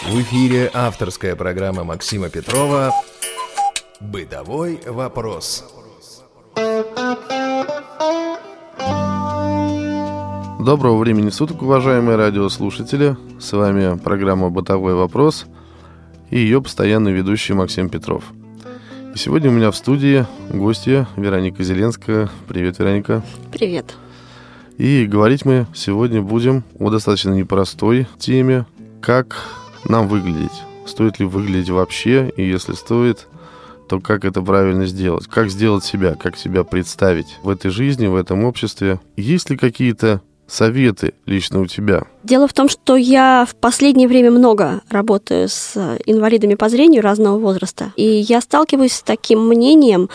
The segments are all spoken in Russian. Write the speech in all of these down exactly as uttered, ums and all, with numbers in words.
В эфире авторская программа Максима Петрова «Бытовой вопрос». Доброго времени суток, уважаемые радиослушатели. С вами программа «Бытовой вопрос» и ее постоянный ведущий Максим Петров. И сегодня у меня в студии гостья Вероника Зеленская. Привет, Вероника. Привет. И говорить мы сегодня будем о достаточно непростой теме, как нам выглядеть. Стоит ли выглядеть вообще, и если стоит, то как это правильно сделать? Как сделать себя, как себя представить в этой жизни, в этом обществе? Есть ли какие-то советы лично у тебя? Дело в том, что я в последнее время много работаю с инвалидами по зрению разного возраста, и я сталкиваюсь с таким мнением,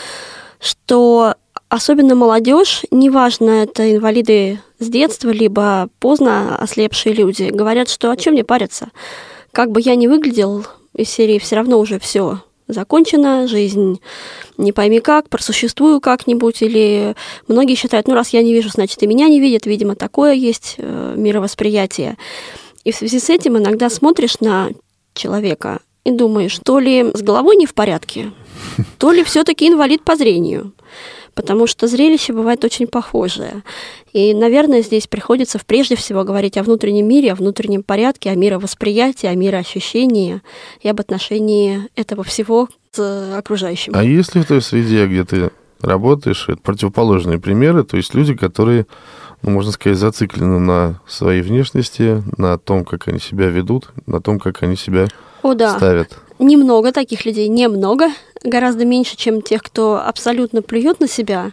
что особенно молодежь, неважно, это инвалиды с детства, либо поздно ослепшие люди, говорят, что о чем мне париться? Как бы я ни выглядел, из серии все равно уже все закончено, жизнь не пойми как, просуществую как-нибудь, или многие считают, ну, раз я не вижу, значит, и меня не видят, видимо, такое есть э, мировосприятие. И в связи с этим иногда смотришь на человека и думаешь, то ли с головой не в порядке, то ли все-таки инвалид по зрению. Потому что зрелище бывает очень похожее. И, наверное, здесь приходится прежде всего говорить о внутреннем мире, о внутреннем порядке, о мировосприятии, о мироощущении и об отношении этого всего с окружающим. А если в той среде, где ты работаешь, это противоположные примеры, то есть люди, которые, ну, можно сказать, зациклены на своей внешности, на том, как они себя ведут, на том, как они себя О, да. ставят? Немного таких людей, немного, гораздо меньше, чем тех, кто абсолютно плюет на себя,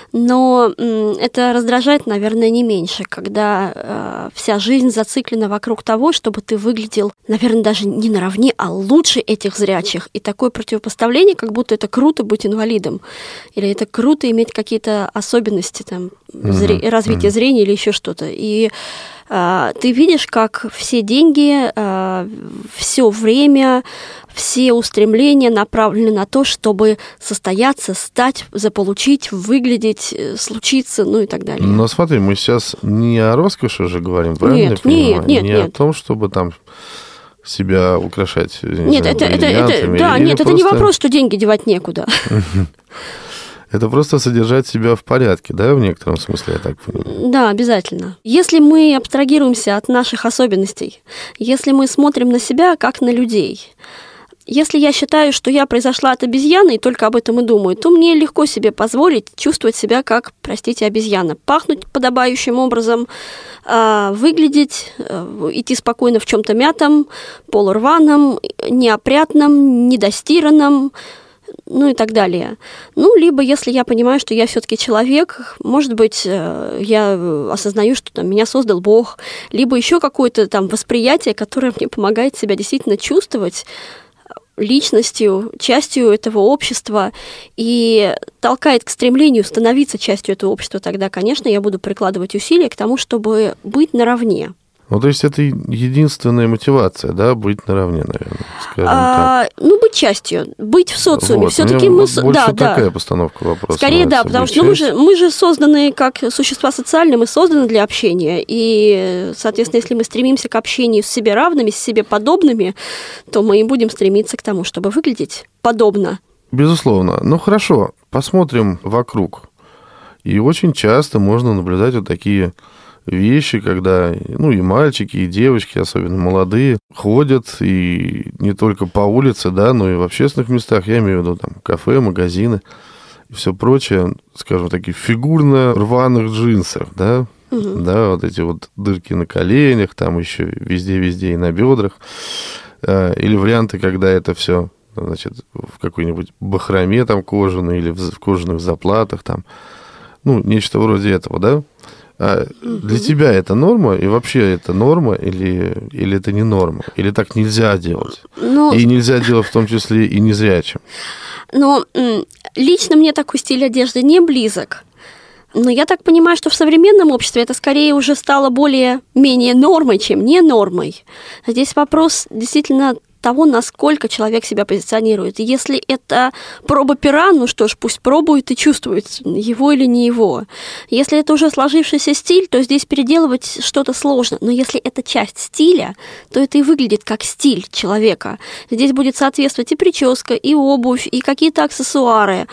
но это раздражает, наверное, не меньше, когда э, вся жизнь зациклена вокруг того, чтобы ты выглядел, наверное, даже не наравне, а лучше этих зрячих. И такое противопоставление, как будто это круто быть инвалидом, или это круто иметь какие-то особенности, там, зре- mm-hmm. развития mm-hmm. зрения или еще что-то. И э, ты видишь, как все деньги, э, все время, все устремления направлены на то, чтобы состояться, стать, заполучить, выглядеть, случиться, ну и так далее. Но смотри, мы сейчас не о роскоши же говорим, правильно? Нет, нет, нет, не нет. о том, чтобы там себя украшать, не нет, знаю, это, это, это, да, или нет, просто... это не вопрос, что деньги девать некуда. Это просто содержать себя в порядке, да, в некотором смысле, я так понимаю? Да, обязательно. Если мы абстрагируемся от наших особенностей, если мы смотрим на себя как на людей, если я считаю, что я произошла от обезьяны и только об этом и думаю, то мне легко себе позволить чувствовать себя как, простите, обезьяна. Пахнуть подобающим образом, выглядеть, идти спокойно в чем-то мятом, полурваном, неопрятном, недостиранном, ну и так далее. Ну, либо если я понимаю, что я все-таки человек, может быть, я осознаю, что там, меня создал Бог, либо еще какое-то там восприятие, которое мне помогает себя действительно чувствовать личностью, частью этого общества и толкает к стремлению становиться частью этого общества, тогда, конечно, я буду прикладывать усилия к тому, чтобы быть наравне. Ну, то есть это единственная мотивация, да, быть наравне, наверное, скажем а, так. Ну, быть частью, быть в социуме. Вот. Все-таки мы... Больше да, такая да. постановка вопроса. Скорее, да, потому что ну, мы, же, мы же созданы как существа социальные, мы созданы для общения. И, соответственно, если мы стремимся к общению с себе равными, с себе подобными, то мы и будем стремиться к тому, чтобы выглядеть подобно. Безусловно. Ну, хорошо, посмотрим вокруг. И очень часто можно наблюдать вот такие вещи, когда, ну, и мальчики, и девочки, особенно молодые, ходят и не только по улице, да, но и в общественных местах, я имею в виду там кафе, магазины и все прочее, скажем, такие фигурно рваных джинсах, да, угу. да, вот эти вот дырки на коленях, там еще везде-везде и на бедрах, или варианты, когда это все, значит, в какой-нибудь бахроме там кожаной или в кожаных заплатах там, ну, нечто вроде этого, да. А для тебя это норма? И вообще это норма или, или это не норма? Или так нельзя делать? Ну, и нельзя делать в том числе и незрячим? Ну, лично мне такой стиль одежды не близок. Но я так понимаю, что в современном обществе это скорее уже стало более-менее нормой, чем не нормой. Здесь вопрос действительно того, насколько человек себя позиционирует. И если это проба пера, ну что ж, пусть пробует и чувствует, его или не его. Если это уже сложившийся стиль, то здесь переделывать что-то сложно. Но если это часть стиля, то это и выглядит как стиль человека. Здесь будет соответствовать и прическа, и обувь, и какие-то аксессуары.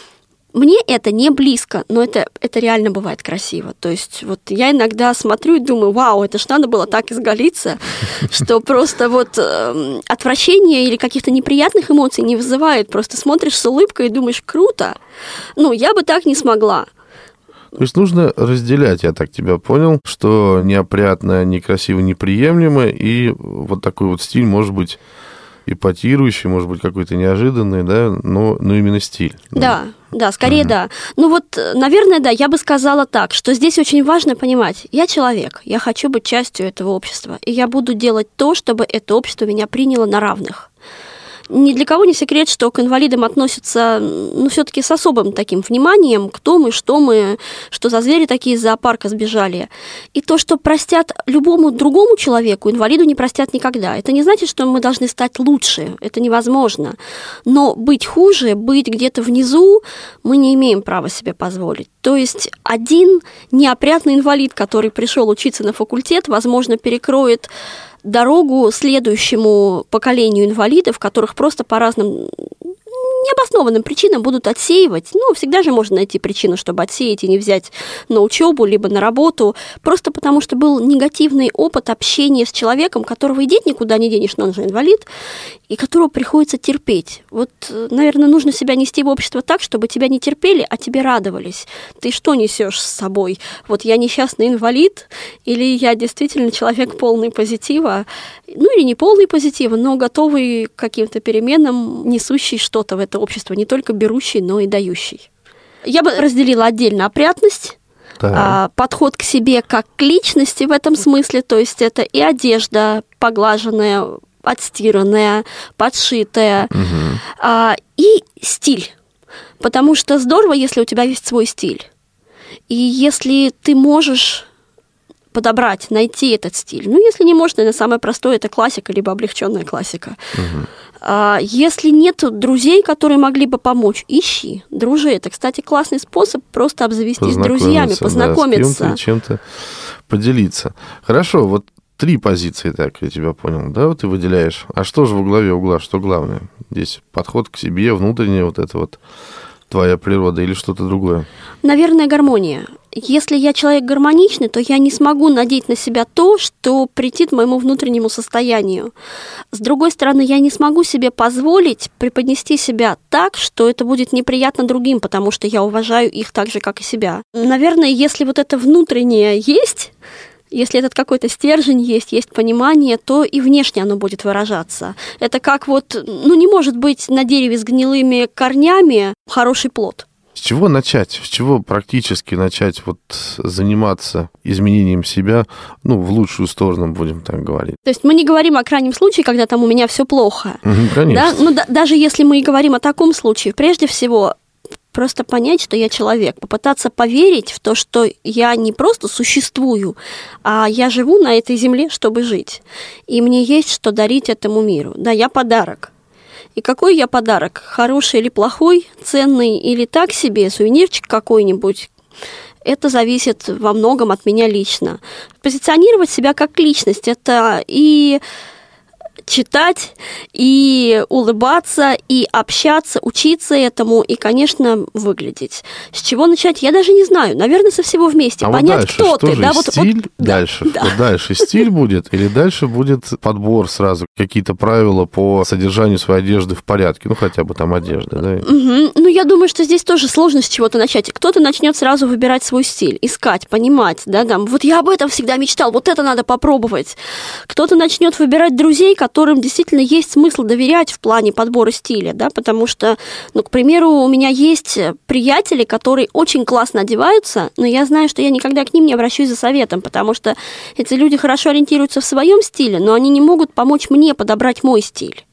Мне это не близко, но это, это реально бывает красиво. То есть вот я иногда смотрю и думаю, вау, это ж надо было так изголиться, что просто вот э, отвращение или каких-то неприятных эмоций не вызывает. Просто смотришь с улыбкой и думаешь, круто. Ну, я бы так не смогла. То есть нужно разделять, я так тебя понял, что неопрятно, некрасиво, неприемлемо, и вот такой вот стиль может быть эпатирующий, может быть, какой-то неожиданный, да, но, но именно стиль. Да, да, скорее uh-huh. да. Ну вот, наверное, да, я бы сказала так, что здесь очень важно понимать, я человек, я хочу быть частью этого общества, и я буду делать то, чтобы это общество меня приняло на равных. Ни для кого не секрет, что к инвалидам относятся, ну, все-таки с особым таким вниманием, кто мы, что мы, что за звери такие из зоопарка сбежали. И то, что простят любому другому человеку, инвалиду не простят никогда. Это не значит, что мы должны стать лучше, это невозможно. Но быть хуже, быть где-то внизу мы не имеем права себе позволить. То есть один неопрятный инвалид, который пришел учиться на факультет, возможно, перекроет дорогу следующему поколению инвалидов, которых просто по разным необоснованным причинам будут отсеивать. Ну, всегда же можно найти причину, чтобы отсеять и не взять на учебу, либо на работу, просто потому что был негативный опыт общения с человеком, которого и деть никуда не денешь, но он же инвалид, и которого приходится терпеть. Вот, наверное, нужно себя нести в общество так, чтобы тебя не терпели, а тебе радовались. Ты что несешь с собой? Вот я несчастный инвалид, или я действительно человек полный позитива, ну или не полный позитива, но готовый к каким-то переменам, несущий что-то в это общество, не только берущий, но и дающий. Я бы разделила отдельно опрятность, да. подход к себе как к личности в этом смысле, то есть это и одежда поглаженная, отстиранная, подшитая, угу. и стиль. Потому что здорово, если у тебя есть свой стиль. И если ты можешь подобрать, найти этот стиль. Ну, если не можешь, наверное, самое простое – это классика, либо облегченная классика. Угу. А, если нет друзей, которые могли бы помочь, ищи, дружи. Это, кстати, классный способ просто обзавестись друзьями, познакомиться. Да, с кем-то, чем-то поделиться. Хорошо, вот три позиции, так я тебя понял, да, вот ты выделяешь. А что же во главе угла, что главное? Здесь подход к себе, внутренняя вот это вот твоя природа или что-то другое? Наверное, гармония. Если я человек гармоничный, то я не смогу надеть на себя то, что претит моему внутреннему состоянию. С другой стороны, я не смогу себе позволить преподнести себя так, что это будет неприятно другим, потому что я уважаю их так же, как и себя. Наверное, если вот это внутреннее есть, если этот какой-то стержень есть, есть понимание, то и внешне оно будет выражаться. Это как вот, ну не может быть на дереве с гнилыми корнями хороший плод. С чего начать? С чего практически начать вот заниматься изменением себя, ну, в лучшую сторону, будем так говорить? То есть мы не говорим о крайнем случае, когда там у меня все плохо. Угу, конечно. Да? Ну, да, даже если мы и говорим о таком случае, прежде всего просто понять, что я человек, попытаться поверить в то, что я не просто существую, а я живу на этой земле, чтобы жить. И мне есть что дарить этому миру. Да, я подарок. И какой я подарок? Хороший или плохой, ценный или так себе, сувенирчик какой-нибудь? Это зависит во многом от меня лично. Позиционировать себя как личность – это и читать, и улыбаться, и общаться, учиться этому, и, конечно, выглядеть. С чего начать? Я даже не знаю. Наверное, со всего вместе. А понять, вот дальше, кто что ты. Же, да, вот, стиль вот, дальше? Да, вот да. Дальше стиль будет? Или дальше будет подбор сразу? Какие-то правила по содержанию своей одежды в порядке? Ну, хотя бы там одежда, да? Угу. Ну, я думаю, что здесь тоже сложно с чего-то начать. Кто-то начнет сразу выбирать свой стиль, искать, понимать, да, там, вот я об этом всегда мечтал, вот это надо попробовать. Кто-то начнет выбирать друзей, которым действительно есть смысл доверять в плане подбора стиля, да, потому что, ну, к примеру, у меня есть приятели, которые очень классно одеваются, но я знаю, что я никогда к ним не обращусь за советом, потому что эти люди хорошо ориентируются в своем стиле, но они не могут помочь мне подобрать мой стиль.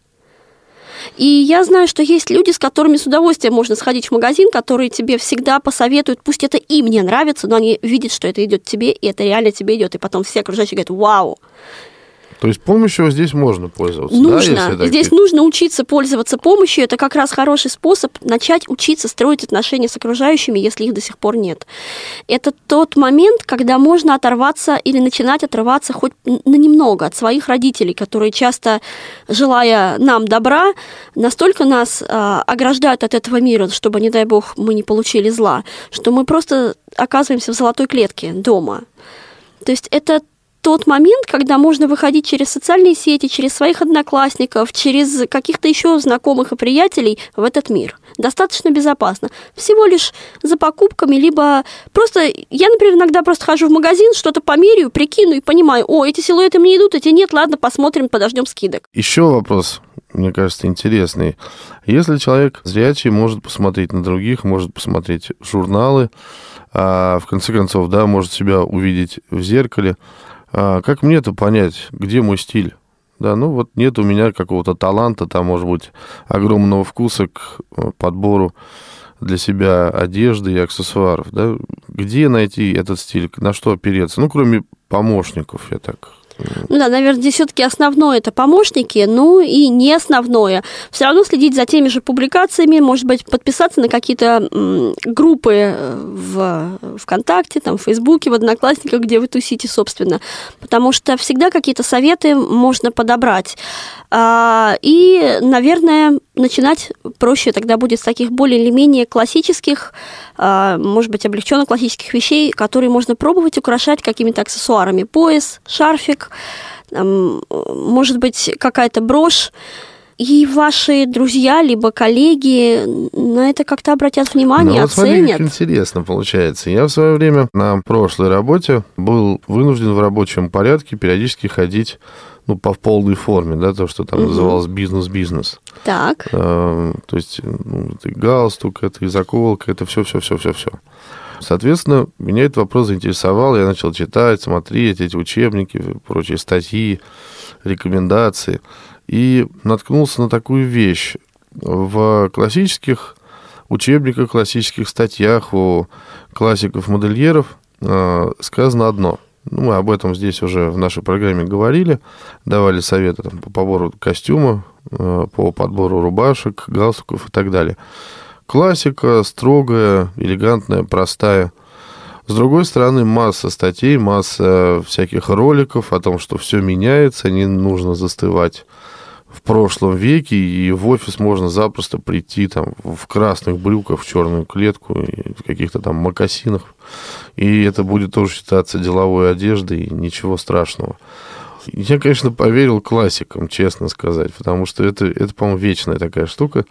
И я знаю, что есть люди, с которыми с удовольствием можно сходить в магазин, которые тебе всегда посоветуют, пусть это им не нравится, но они видят, что это идет тебе, и это реально тебе идет, и потом все окружающие говорят: «Вау!» То есть помощью здесь можно пользоваться? Нужно. Да, здесь нужно учиться пользоваться помощью. Это как раз хороший способ начать учиться строить отношения с окружающими, если их до сих пор нет. Это тот момент, когда можно оторваться или начинать отрываться хоть на немного от своих родителей, которые часто, желая нам добра, настолько нас а, ограждают от этого мира, чтобы, не дай бог, мы не получили зла, что мы просто оказываемся в золотой клетке дома. То есть это тот момент, когда можно выходить через социальные сети, через своих одноклассников, через каких-то еще знакомых и приятелей в этот мир. Достаточно безопасно. Всего лишь за покупками, либо просто... Я, например, иногда просто хожу в магазин, что-то померяю, прикину и понимаю, о, эти силуэты мне идут, эти нет, ладно, посмотрим, подождем скидок. Еще вопрос, мне кажется, интересный. Если человек зрячий, может посмотреть на других, может посмотреть журналы, а в конце концов, да, может себя увидеть в зеркале, А как мне это понять, где мой стиль? Да, ну вот нет у меня какого-то таланта, там, может быть, огромного вкуса к подбору для себя одежды и аксессуаров, да? Где найти этот стиль, на что опереться? Ну, кроме помощников, я так... Ну да, наверное, здесь все-таки основное это помощники, ну и не основное. Все равно следить за теми же публикациями, может быть, подписаться на какие-то м, группы в ВКонтакте, там, в Фейсбуке, в Одноклассниках, где вы тусите, собственно. Потому что всегда какие-то советы можно подобрать. А, и, наверное, начинать проще тогда будет с таких более или менее классических, а, может быть, облегченно классических вещей, которые можно пробовать украшать какими-то аксессуарами. Пояс, шарфик, там, может быть, какая-то брошь. И ваши друзья, либо коллеги на это как-то обратят внимание, ну, вот оценят. Смотри, как интересно получается. Я в свое время на прошлой работе был вынужден в рабочем порядке периодически ходить ну, по полной форме, да, то, что там угу. называлось бизнес-бизнес. Так. А, то есть ну, это и галстук, это и заколка, это все-все-все-все-все. Соответственно, меня этот вопрос заинтересовал, я начал читать, смотреть эти учебники, прочие статьи, рекомендации, и наткнулся на такую вещь. В классических учебниках, классических статьях у классиков-модельеров э, сказано одно. Ну, мы об этом здесь уже в нашей программе говорили, давали советы там, по подбору костюма, э, по подбору рубашек, галстуков и так далее. Классика строгая, элегантная, простая. С другой стороны, масса статей, масса всяких роликов о том, что все меняется, не нужно застывать в прошлом веке, и в офис можно запросто прийти там, в красных брюках, в черную клетку, и в каких-то там мокасинах, и это будет тоже считаться деловой одеждой, и ничего страшного. Я, конечно, поверил классикам, честно сказать, потому что это, это по-моему, вечная такая штука.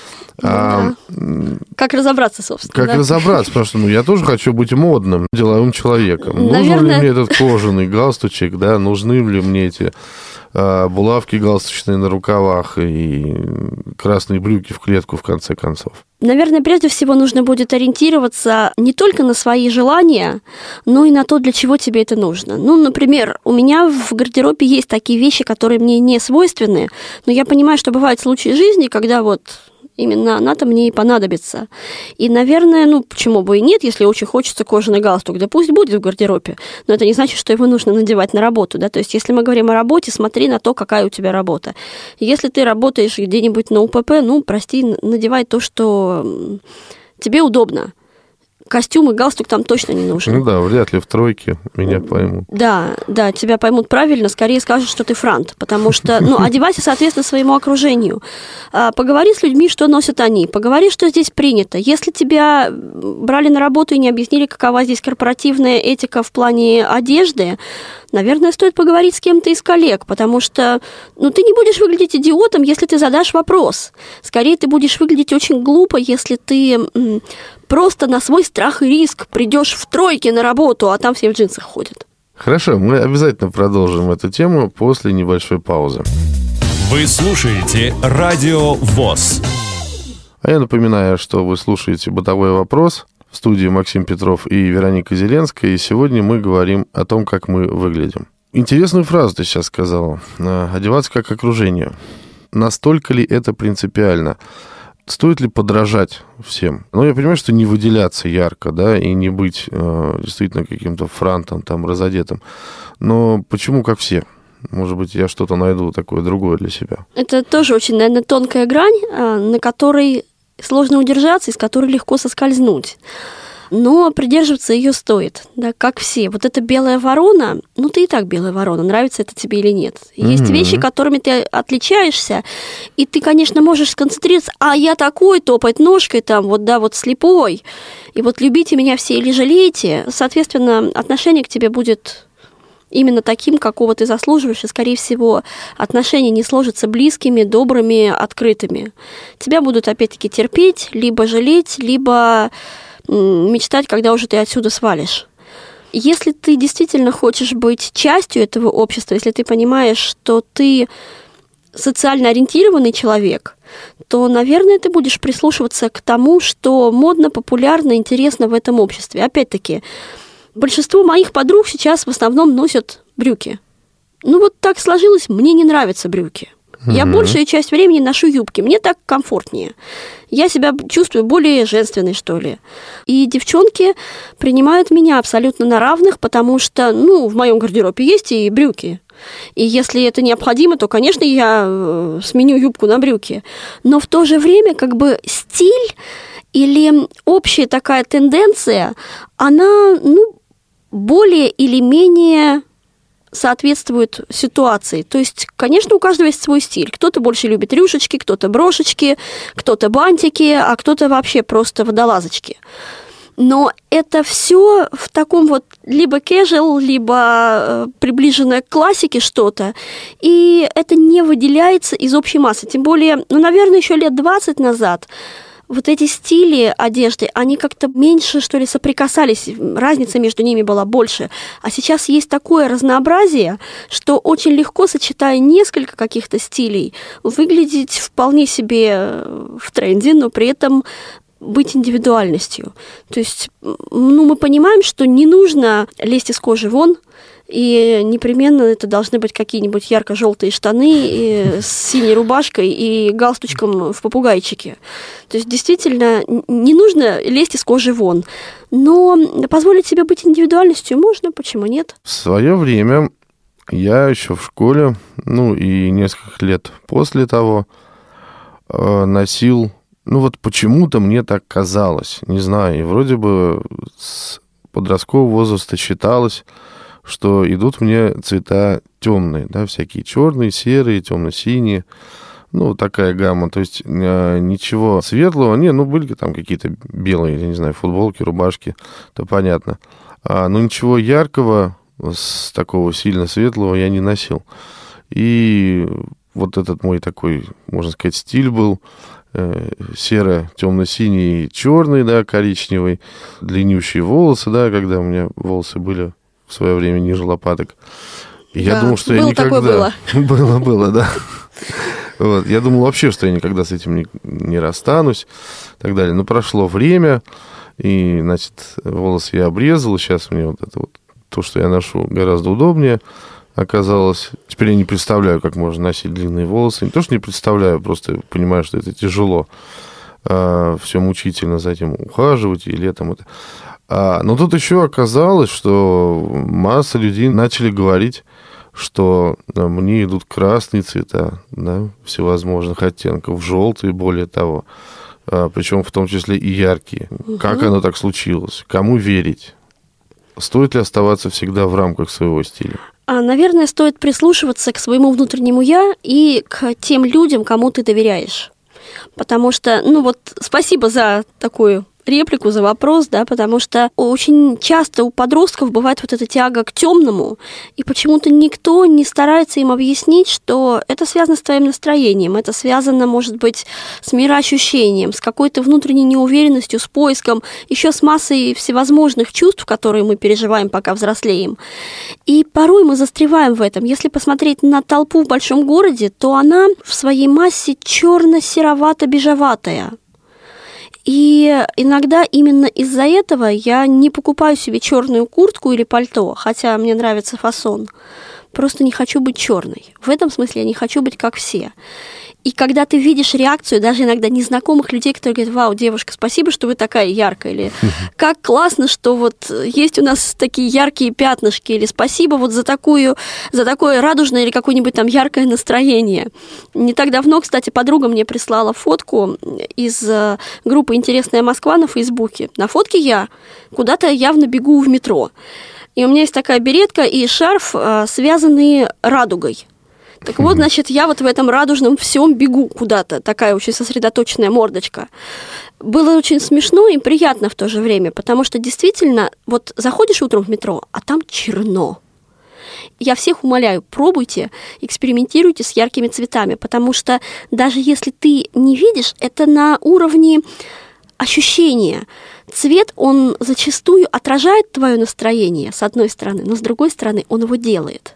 А, да. Как разобраться, собственно. Как да? разобраться, потому что ну, я тоже хочу быть модным, деловым человеком. Наверное... Нужен ли мне этот кожаный галстучек, да, нужны ли мне эти а, булавки галстучные на рукавах и красные брюки в клетку, в конце концов? Наверное, прежде всего нужно будет ориентироваться не только на свои желания, но и на то, для чего тебе это нужно. Ну, например, у меня в гардеробе есть такие вещи, которые мне не свойственны, но я понимаю, что бывают случаи жизни, когда вот именно она-то мне и понадобится. И, наверное, ну, почему бы и нет, если очень хочется кожаный галстук, да пусть будет в гардеробе, но это не значит, что его нужно надевать на работу, да, то есть если мы говорим о работе, смотри на то, какая у тебя работа. Если ты работаешь где-нибудь на УПП, ну, прости, надевай то, что тебе удобно. Костюм и галстук там точно не нужен. Ну да, вряд ли в тройке меня поймут. Да, да, тебя поймут правильно, скорее скажут, что ты франт, потому что, ну, одевайся, соответственно, своему окружению. Поговори с людьми, что носят они, поговори, что здесь принято. Если тебя брали на работу и не объяснили, какова здесь корпоративная этика в плане одежды, наверное, стоит поговорить с кем-то из коллег, потому что, ну, ты не будешь выглядеть идиотом, если ты задашь вопрос. Скорее, ты будешь выглядеть очень глупо, если ты просто на свой страх и риск придешь в тройке на работу, а там все в джинсах ходят. Хорошо, мы обязательно продолжим эту тему после небольшой паузы. Вы слушаете Радио ВОС. А я напоминаю, что вы слушаете «Бытовой вопрос». В студии Максим Петров и Вероника Зеленская, и сегодня мы говорим о том, как мы выглядим. Интересную фразу ты сейчас сказала. Одеваться как окружение. Настолько ли это принципиально? Стоит ли подражать всем? Ну, я понимаю, что не выделяться ярко, да, и не быть э, действительно каким-то франтом, там, разодетым. Но почему как все? может быть, я что-то найду такое другое для себя. Это тоже очень, наверное, тонкая грань, на которой сложно удержаться и с которой легко соскользнуть. Но придерживаться ее стоит, да, как все. Вот эта белая ворона, ну ты и так белая ворона, нравится это тебе или нет. Есть mm-hmm. вещи, которыми ты отличаешься, и ты, конечно, можешь сконцентрироваться, а я такой, топать ножкой там, вот, да, вот слепой, и вот любите меня все или жалейте, соответственно, отношение к тебе будет именно таким, какого ты заслуживаешь, и, скорее всего, отношения не сложатся близкими, добрыми, открытыми. Тебя будут, опять-таки, терпеть, либо жалеть, либо мечтать, когда уже ты отсюда свалишь. Если ты действительно хочешь быть частью этого общества, если ты понимаешь, что ты социально ориентированный человек, то, наверное, ты будешь прислушиваться к тому, что модно, популярно, интересно в этом обществе. Опять-таки, большинство моих подруг сейчас в основном носят брюки. Ну вот так сложилось, мне не нравятся брюки. Я mm-hmm. большую часть времени ношу юбки, мне так комфортнее. Я себя чувствую более женственной, что ли. И девчонки принимают меня абсолютно на равных, потому что, ну, в моем гардеробе есть и брюки. И если это необходимо, то, конечно, я сменю юбку на брюки. Но в то же время, как бы, стиль или общая такая тенденция, она, ну, более или менее соответствует ситуации. То есть, конечно, у каждого есть свой стиль. Кто-то больше любит рюшечки, кто-то брошечки, кто-то бантики, а кто-то вообще просто водолазочки. Но это все в таком вот либо casual, либо приближенное к классике что-то, и это не выделяется из общей массы. Тем более, ну, наверное, еще лет двадцать назад вот эти стили одежды, они как-то меньше, что ли, соприкасались, разница между ними была больше. А сейчас есть такое разнообразие, что очень легко, сочетая несколько каких-то стилей, выглядеть вполне себе в тренде, но при этом быть индивидуальностью. То есть, ну, мы понимаем, что не нужно лезть из кожи вон, и непременно это должны быть какие-нибудь ярко-желтые штаны с синей рубашкой и галстучком в попугайчике. То есть, действительно, не нужно лезть из кожи вон. Но позволить себе быть индивидуальностью можно, почему нет? В свое время я еще в школе, ну и несколько лет после того, носил, ну вот почему-то мне так казалось, не знаю, и вроде бы с подросткового возраста считалось, что идут мне цвета темные, да, всякие черные, серые, темно-синие, ну, вот такая гамма, то есть ничего светлого, не, ну, были там какие-то белые, я не знаю, футболки, рубашки, это понятно, а, но ничего яркого, с такого сильно светлого я не носил, и вот этот мой такой, можно сказать, стиль был, серо, темно-синий, черный, да, коричневый, длиннющие волосы, да, когда у меня волосы были в свое время ниже лопаток. И да, я думал, что я никогда... было. Было, было, да. Вот. Я думал вообще, что я никогда с этим не, не расстанусь и так далее. Но прошло время, и, значит, волосы я обрезал, сейчас мне вот это вот, то, что я ношу, гораздо удобнее оказалось. Теперь я не представляю, как можно носить длинные волосы. Не то, что не представляю, просто понимаю, что это тяжело. А, все мучительно за этим ухаживать, и летом это... А, но тут еще оказалось, что масса людей начали говорить, что да, мне идут красные цвета, да, всевозможных оттенков, желтые, более того, а, причем в том числе и яркие. Угу. Как оно так случилось? Кому верить? Стоит ли оставаться всегда в рамках своего стиля? Наверное, стоит прислушиваться к своему внутреннему «я» и к тем людям, кому ты доверяешь. Потому что, ну вот, спасибо за такую реплику, за вопрос, да, потому что очень часто у подростков бывает вот эта тяга к темному, и почему-то никто не старается им объяснить, что это связано с твоим настроением, это связано, может быть, с мироощущением, с какой-то внутренней неуверенностью, с поиском, еще с массой всевозможных чувств, которые мы переживаем, пока взрослеем. И порой мы застреваем в этом. Если посмотреть на толпу в большом городе, то она в своей массе черно-серовато-бежеватая. И иногда именно из-за этого я не покупаю себе черную куртку или пальто, хотя мне нравится фасон, просто не хочу быть черной. В этом смысле я не хочу быть как все. И когда ты видишь реакцию даже иногда незнакомых людей, которые говорят: вау, девушка, спасибо, что вы такая яркая, или как классно, что вот есть у нас такие яркие пятнышки, или спасибо вот за, такую, за такое радужное или какое-нибудь там яркое настроение. Не так давно, кстати, подруга мне прислала фотку из группы «Интересная Москва» на Фейсбуке. На фотке я куда-то явно бегу в метро. И у меня есть такая беретка и шарф, связанные радугой. Так вот, значит, я вот в этом радужном всем бегу куда-то, такая очень сосредоточенная мордочка. Было очень смешно и приятно в то же время, потому что действительно, вот заходишь утром в метро, а там черно. Я всех умоляю, пробуйте, экспериментируйте с яркими цветами, потому что даже если ты не видишь, это на уровне ощущения. Цвет, он зачастую отражает твое настроение, с одной стороны, но с другой стороны, он его делает.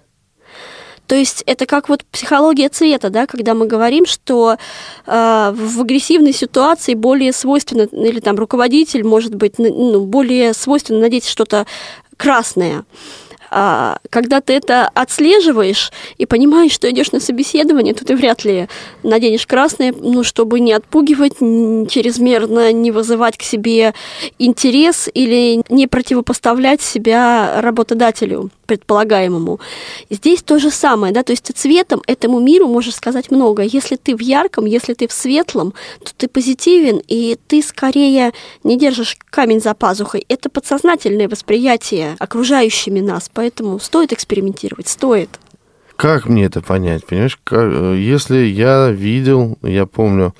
То есть это как вот психология цвета, да, когда мы говорим, что э, в агрессивной ситуации более свойственно, или там руководитель, может быть, ну, более свойственно надеть что-то красное. А когда ты это отслеживаешь и понимаешь, что идешь на собеседование, то ты вряд ли наденешь красное, ну, чтобы не отпугивать, чрезмерно не вызывать к себе интерес или не противопоставлять себя работодателю предполагаемому. Здесь то же самое, да, то есть ты цветом этому миру можешь сказать много. Если ты в ярком, если ты в светлом, то ты позитивен, и ты скорее не держишь камень за пазухой. Это подсознательное восприятие окружающими нас, поэтому стоит экспериментировать, стоит. Как мне это понять, понимаешь? Как, если я видел, я помню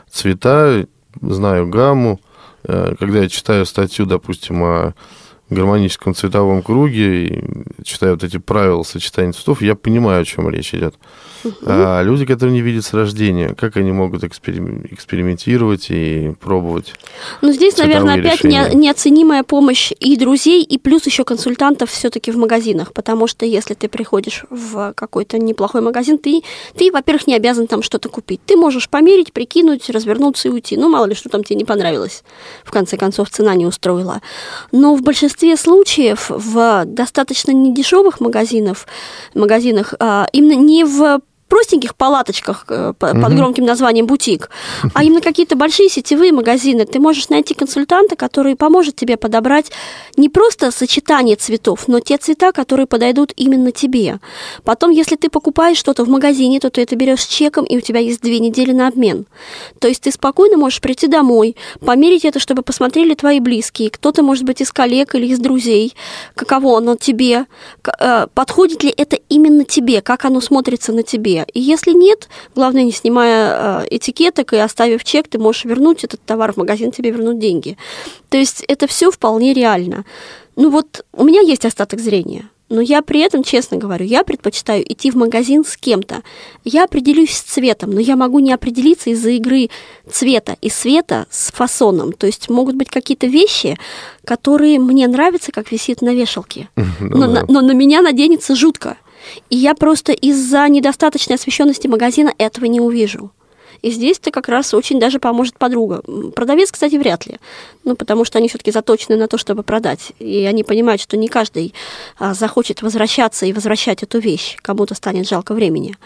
цвета, знаю гамму, когда я читаю статью, допустим, о гармоническом цветовом круге, и читаю вот эти правила сочетания цветов, я понимаю, о чем речь идет. Uh-huh. А люди, которые не видят с рождения, как они могут экспериментировать и пробовать? Ну, здесь, наверное, опять не, неоценимая помощь и друзей, и плюс еще консультантов все-таки в магазинах, потому что если ты приходишь в какой-то неплохой магазин, ты, ты, во-первых, не обязан там что-то купить. Ты можешь померить, прикинуть, развернуться и уйти. Ну, мало ли, что там тебе не понравилось. В конце концов, цена не устроила. Но в большинстве случаев в достаточно недешевых магазинах, магазинах а, именно не в простеньких палаточках под mm-hmm. громким названием «бутик», а именно какие-то большие сетевые магазины. Ты можешь найти консультанта, который поможет тебе подобрать не просто сочетание цветов, но те цвета, которые подойдут именно тебе. Потом, если ты покупаешь что-то в магазине, то ты это берешь с чеком, и у тебя есть две недели на обмен. То есть ты спокойно можешь прийти домой, померить это, чтобы посмотрели твои близкие. Кто-то, может быть, из коллег или из друзей, каково оно тебе, подходит ли это именно тебе, как оно смотрится на тебе. И если нет, главное, не снимая э, этикеток и оставив чек, ты можешь вернуть этот товар в магазин, тебе вернут деньги. То есть это все вполне реально. Ну вот у меня есть остаток зрения, но я при этом, честно говорю, я предпочитаю идти в магазин с кем-то. Я определюсь с цветом, но я могу не определиться из-за игры цвета и света с фасоном. То есть могут быть какие-то вещи, которые мне нравятся, как висит на вешалке, но на, но на меня наденется жутко. И я просто из-за недостаточной освещенности магазина этого не увижу. И здесь-то как раз очень даже поможет подруга. Продавец, кстати, вряд ли. Ну, потому что они все-таки заточены на то, чтобы продать. И они понимают, что не каждый а, захочет возвращаться и возвращать эту вещь. Кому-то станет жалко времени.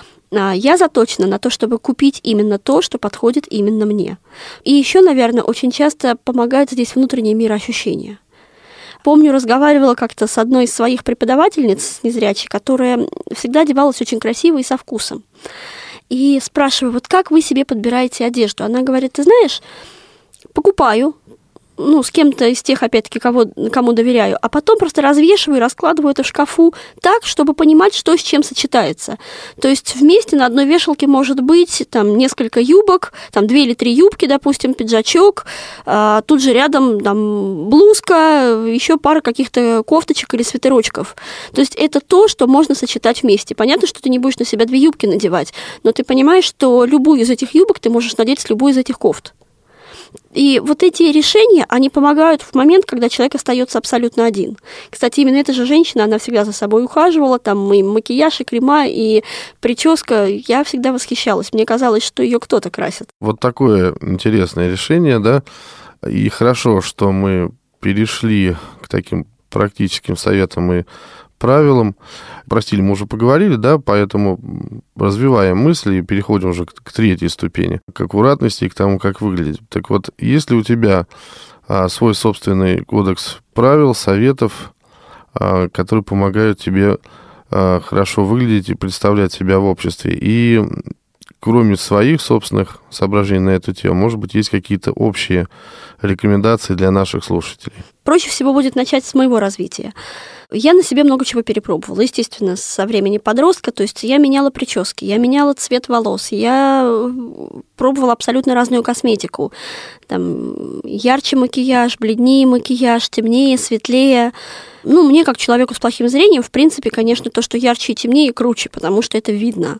А я заточена на то, чтобы купить именно то, что подходит именно мне. И еще, наверное, очень часто помогает здесь внутреннее мироощущение. Помню, разговаривала как-то с одной из своих преподавательниц незрячей, которая всегда одевалась очень красиво и со вкусом. И спрашиваю, вот как вы себе подбираете одежду? Она говорит, ты знаешь, покупаю, ну, с кем-то из тех, опять-таки, кого, кому доверяю, а потом просто развешиваю, раскладываю это в шкафу так, чтобы понимать, что с чем сочетается. То есть вместе на одной вешалке может быть там несколько юбок, там две или три юбки, допустим, пиджачок, а тут же рядом там блузка, еще пара каких-то кофточек или свитерочков. То есть это то, что можно сочетать вместе. Понятно, что ты не будешь на себя две юбки надевать, но ты понимаешь, что любую из этих юбок ты можешь надеть с любой из этих кофт. И вот эти решения, они помогают в момент, когда человек остается абсолютно один. Кстати, именно эта же женщина, она всегда за собой ухаживала, там и макияж, и крема, и прическа. Я всегда восхищалась. Мне казалось, что ее кто-то красит. Вот такое интересное решение, да. И хорошо, что мы перешли к таким практическим советам и правилам. Про стиль мы уже поговорили, да, поэтому развиваем мысли и переходим уже к, к третьей ступени, к аккуратности и к тому, как выглядеть. Так вот, если у тебя а, свой собственный кодекс правил, советов, а, которые помогают тебе а, хорошо выглядеть и представлять себя в обществе, и кроме своих собственных соображений на эту тему, может быть, есть какие-то общие рекомендации для наших слушателей? Проще всего будет начать с моего развития. Я на себе много чего перепробовала. Естественно, со времени подростка, то есть я меняла прически, я меняла цвет волос, я пробовала абсолютно разную косметику. Там ярче макияж, бледнее макияж, темнее, светлее. Ну, мне, как человеку с плохим зрением, в принципе, конечно, то, что ярче и темнее, круче, потому что это видно.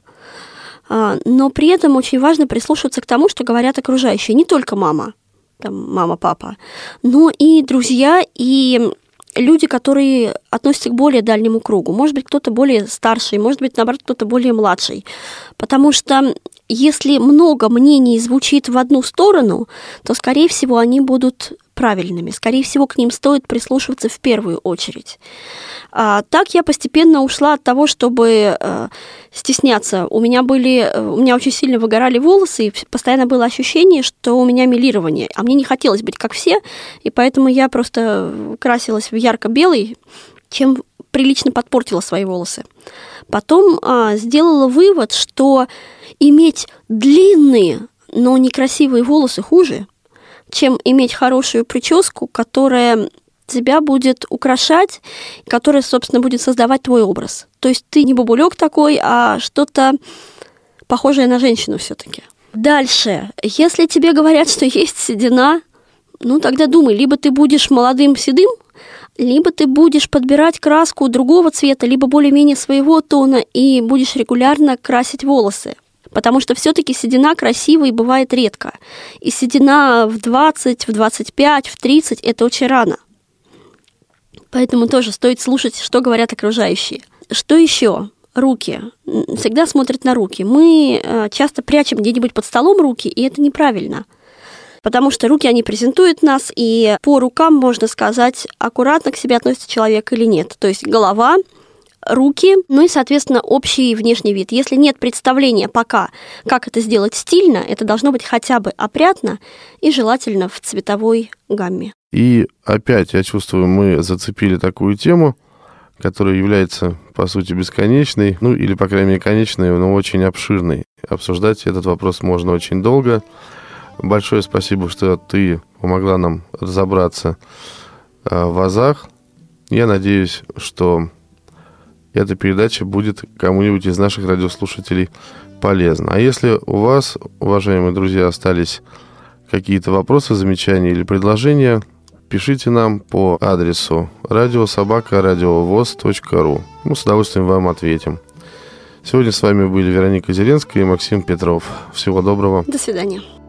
Но при этом очень важно прислушиваться к тому, что говорят окружающие. Не только мама, там, мама, папа, но и друзья, и люди, которые относятся к более дальнему кругу. Может быть, кто-то более старший, может быть, наоборот, кто-то более младший. Потому что если много мнений звучит в одну сторону, то, скорее всего, они будут правильными. Скорее всего, к ним стоит прислушиваться в первую очередь. А так я постепенно ушла от того, чтобы э, стесняться. У меня были, у меня очень сильно выгорали волосы, и постоянно было ощущение, что у меня мелирование. А мне не хотелось быть как все, и поэтому я просто красилась в ярко-белый, чем прилично подпортила свои волосы. Потом а, сделала вывод, что иметь длинные, но некрасивые волосы хуже, чем иметь хорошую прическу, которая тебя будет украшать, которая, собственно, будет создавать твой образ. То есть ты не бабулек такой, а что-то похожее на женщину все-таки. Дальше. Если тебе говорят, что есть седина, ну тогда думай, либо ты будешь молодым седым, либо ты будешь подбирать краску другого цвета, либо более-менее своего тона, и будешь регулярно красить волосы. Потому что все-таки седина красивой бывает редко. И седина в двадцать, в двадцать пять, в тридцать – это очень рано. Поэтому тоже стоит слушать, что говорят окружающие. Что еще? Руки. Всегда смотрят на руки. Мы часто прячем где-нибудь под столом руки, и это неправильно. Потому что руки, они презентуют нас, и по рукам можно сказать, аккуратно к себе относится человек или нет. То есть голова, руки, ну и, соответственно, общий внешний вид. Если нет представления пока, как это сделать стильно, это должно быть хотя бы опрятно и желательно в цветовой гамме. И опять, я чувствую, мы зацепили такую тему, которая является, по сути, бесконечной, ну или, по крайней мере, конечной, но очень обширной. Обсуждать этот вопрос можно очень долго. Большое спасибо, что ты помогла нам разобраться в азах. Я надеюсь, что эта передача будет кому-нибудь из наших радиослушателей полезна. А если у вас, уважаемые друзья, остались какие-то вопросы, замечания или предложения, пишите нам по адресу радио собака радиовоз точка ру. Мы с удовольствием вам ответим. Сегодня с вами были Вероника Зеленская и Максим Петров. Всего доброго. До свидания.